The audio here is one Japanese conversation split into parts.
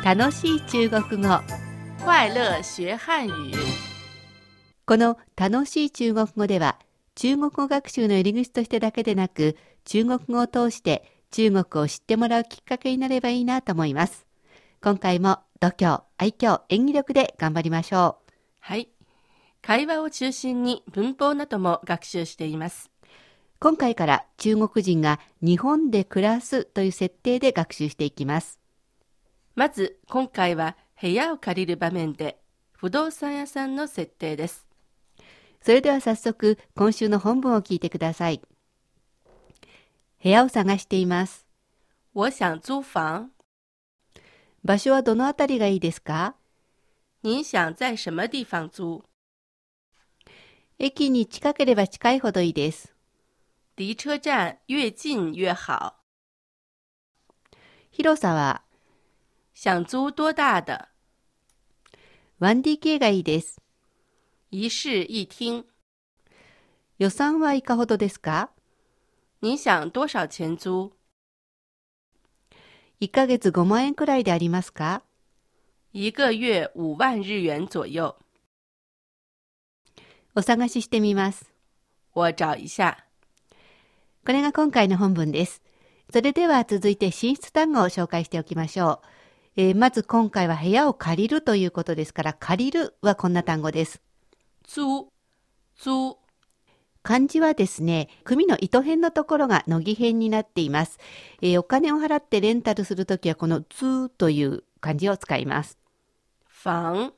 楽しい中国語。 快乐学汉语。 この楽しい中国語では、中国語学習の入り口としてだけでなく、中国語を通して中国を知ってもらうきっかけになればいいなと思います。今回も度胸、愛嬌、演技力で頑張りましょう。 はい。会話を中心に文法なども学習しています。 今回から中国人が日本で暮らすという設定で学習していきます。 まず今回は部屋を借りる場面で不動産屋さんの設定です。 それでは早速今週の本文を聞いてください。部屋を探しています。 我想租房。 場所はどのあたりがいいですか？ 您想在什么地方租？ 駅に近ければ近いほどいいです。 離車站越近越好。 広さは想租多大的？ 1DK がいいです。 一室一厅。 予算はいかほどですか？ 您想多少钱租？ 1ヶ月5万円くらいでありますか？ 一个月5万日元左右。 お探ししてみます。 我找一下。 これが今回の本文です。それでは続いて進出単語を紹介しておきましょう。まず今回は部屋を借りるということですから、借りるはこんな単語です。 租。 漢字はですね、組の糸辺のところが乃木辺になっています。お金を払ってレンタルするときはこの租という漢字を使います。 房。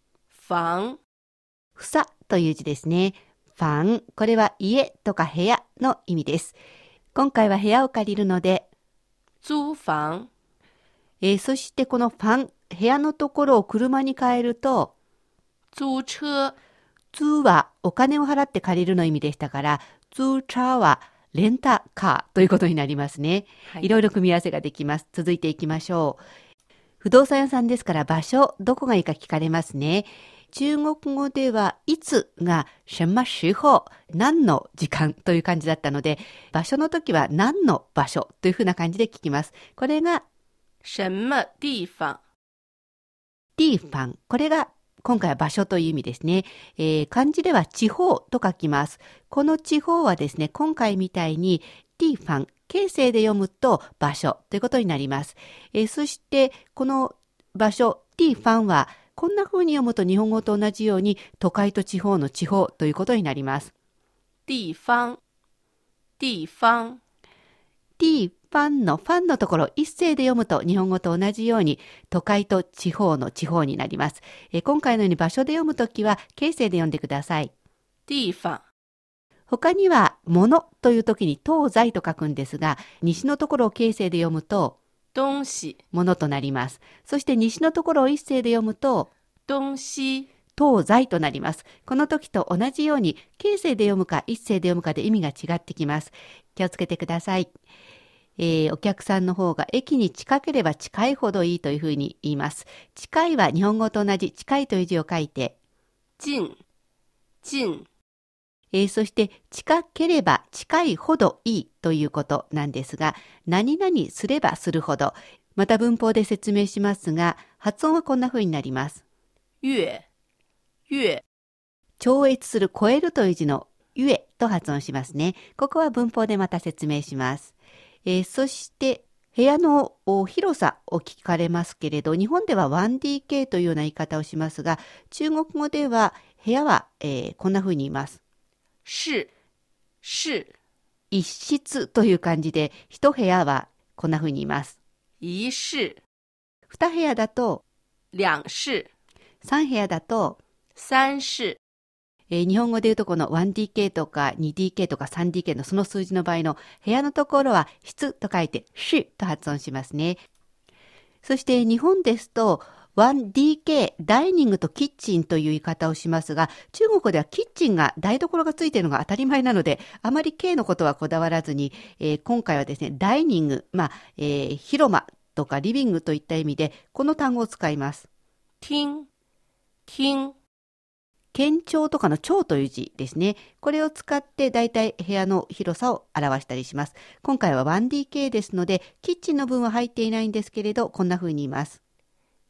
房という字ですね。房、これは家とか部屋の意味です。今回は部屋を借りるので、 租房。 そしてこの房、部屋のところを車に変えると、 租車。 租はお金を払って借りるの意味でしたから、租車はレンタカーということになりますね。いろいろ組み合わせができます。続いていきましょう。不動産屋さんですから場所、どこがいいか聞かれますね。中国語ではいつが什么時候、何の時間という感じだったので、場所の時は何の場所というふうな感じで聞きます。これが什么地方。 地方、これが今回は場所という意味ですね。漢字では地方と書きます。この地方はですね、今回みたいに地方、形声で読むと場所ということになります。そしてこの場所、地方はこんな風に読むと日本語と同じように都会と地方の地方ということになります。 地方。地方のファンのところ一声で読むと日本語と同じように都会と地方の地方になります。今回のように場所で読むときは形声で読んでください。 地方。 他には物というときに東西と書くんですが、西のところを形声で読むと東西。 物となります。そして西のところを一声で読むと東西。 東西となります。この時と同じように形声で読むか一声で読むかで意味が違ってきます。気をつけてください。お客さんの方が駅に近ければ近いほどいいというふうに言います。近いは日本語と同じ近いという字を書いて、 近。 そして近ければ近いほどいいということなんですが、何々すればするほど、また文法で説明しますが、発音はこんなふうになります。 越。 超越する、超えるという字の越と発音しますね。ここは文法でまた説明します。そして部屋の広さを聞かれますけれど、日本では 1DK というような言い方をしますが、中国語では部屋は、こんな風に言います。 室。 一室という感じで、一部屋はこんな風に言います。 一室。 二部屋だと两室。 三部屋だと三室。 日本語でいうとこの 1DK とか 2DK とか 3DK のその数字の場合の部屋のところは室と書いて室と発音しますね。そして日本ですと 1DK ダイニングとキッチンという言い方をしますが、中国ではキッチンが台所がついているのが当たり前なので、あまり K のことはこだわらずに、今回はですね、ダイニング、広間とかリビングといった意味でこの単語を使います。 厅。 県庁とかの庁という字ですね。これを使ってだいたい部屋の広さを表したりします。今回は 1DK ですので、キッチンの分は入っていないんですけれど、こんな風に言います。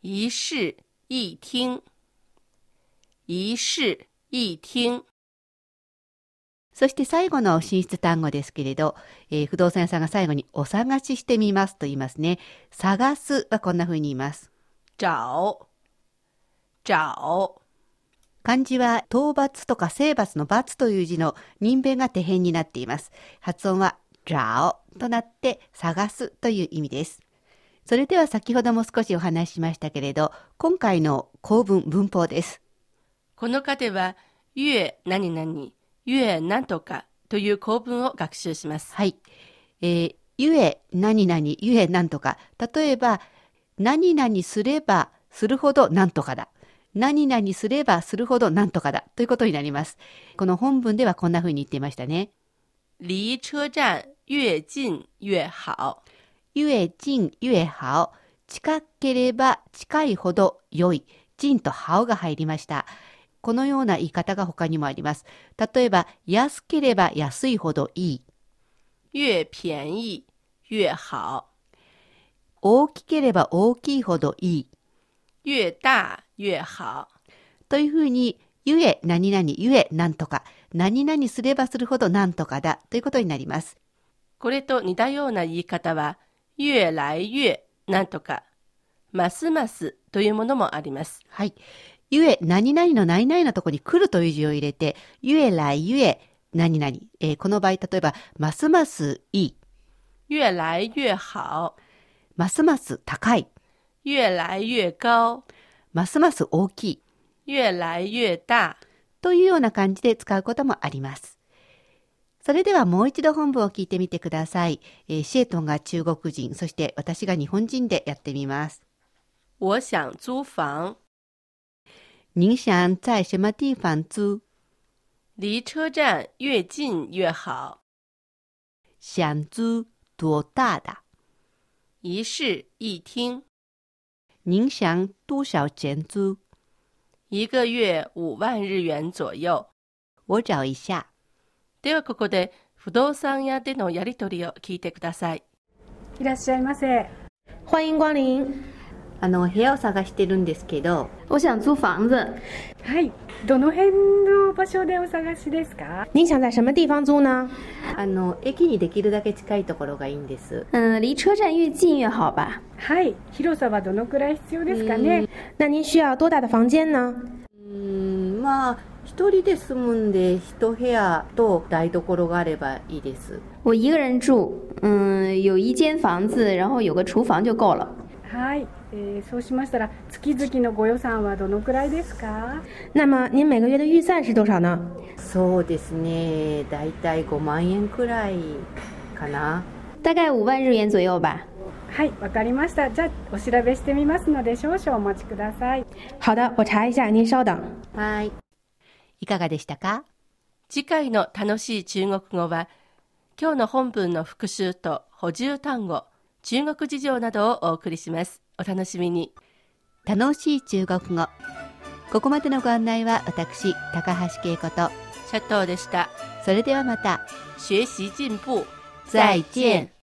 一室一厅。一室一厅。 そして最後の進出単語ですけれど、不動産屋さんが最後にお探ししてみますと言いますね。探すはこんな風に言います。 找。找。 漢字は討伐とか征伐の伐という字の人弁が手辺になっています。発音は找となって探すという意味です。それでは先ほども少しお話ししましたけれど、今回の構文文法です。 この課では、越何々、越なんとかという構文を学習します。 はい。ゆえ何々、ゆえなんとか。例えば、何々すればするほどなんとかだ。何々すればするほどなんとかだ。ということになります。この本文ではこんな風に言っていましたね。 離車站越近越好。 越近越好。近ければ近いほど良い。近と好が入りました。このような言い方が他にもあります。例えば、安ければ安いほどいい。 越便宜越好。 大きければ大きいほどいい。 越大越好。 というふうに、ゆえ何々、ゆえなんとか、何々すればするほどなんとかだということになります。 これと似たような言い方は、越来越なんとか、ますますというものもあります。 はい。ゆえ何々の何々のところに来るという字を入れて、ゆえ来ゆえ何々。この場合、例えば、ますますいい。 越来越好。 ますます高い。 越来越高。 ますます大きい。 越来越大。 というような感じで使うこともあります。それではもう一度本文を聞いてみてください。シエトンが中国人、そして私が日本人でやってみます。 我想租房。 您想在什么地方租？ 离车站越近越好。 想租多大的？ 一室一厅。 您想多少钱租？ 一个月5万日元左右。 我找一下。 ではここで不動産屋でのやり取りを聞いてください。 いらっしゃいませ。 欢迎光临。 部屋を探してるんですけど、 我想租房子。 はい。どの辺の場所でお探しですか？ 您想在什么地方租呢？ 駅にできるだけ近いところがいいんです。 离车站越近越好吧。 はい。広さはどのくらい必要ですかね？ 那您需要多大的房间呢？ まあ、一人で住むんで、一部屋と台所があればいいです。 我一个人住，有一间房子，然后有个厨房就够了。 はい。そうしましたら月々のご予算はどのくらいですか？ 那么您每个月的预算是多少呢？ そうですね、だいたい5万円くらいかな。 大概5万日元左右吧。 はい、わかりました。じゃあお調べしてみますので少々お待ちください。 好的，我查一下，您稍等。 はい。いかがでしたか？ 次回の楽しい中国語は、今日の本文の復習と補充単語、中国事情などをお送りします。お楽しみに。 楽しい中国語。ここまでのご案内は私、高橋恵子とシャトーでした。 それではまた。 学習進步。 再見。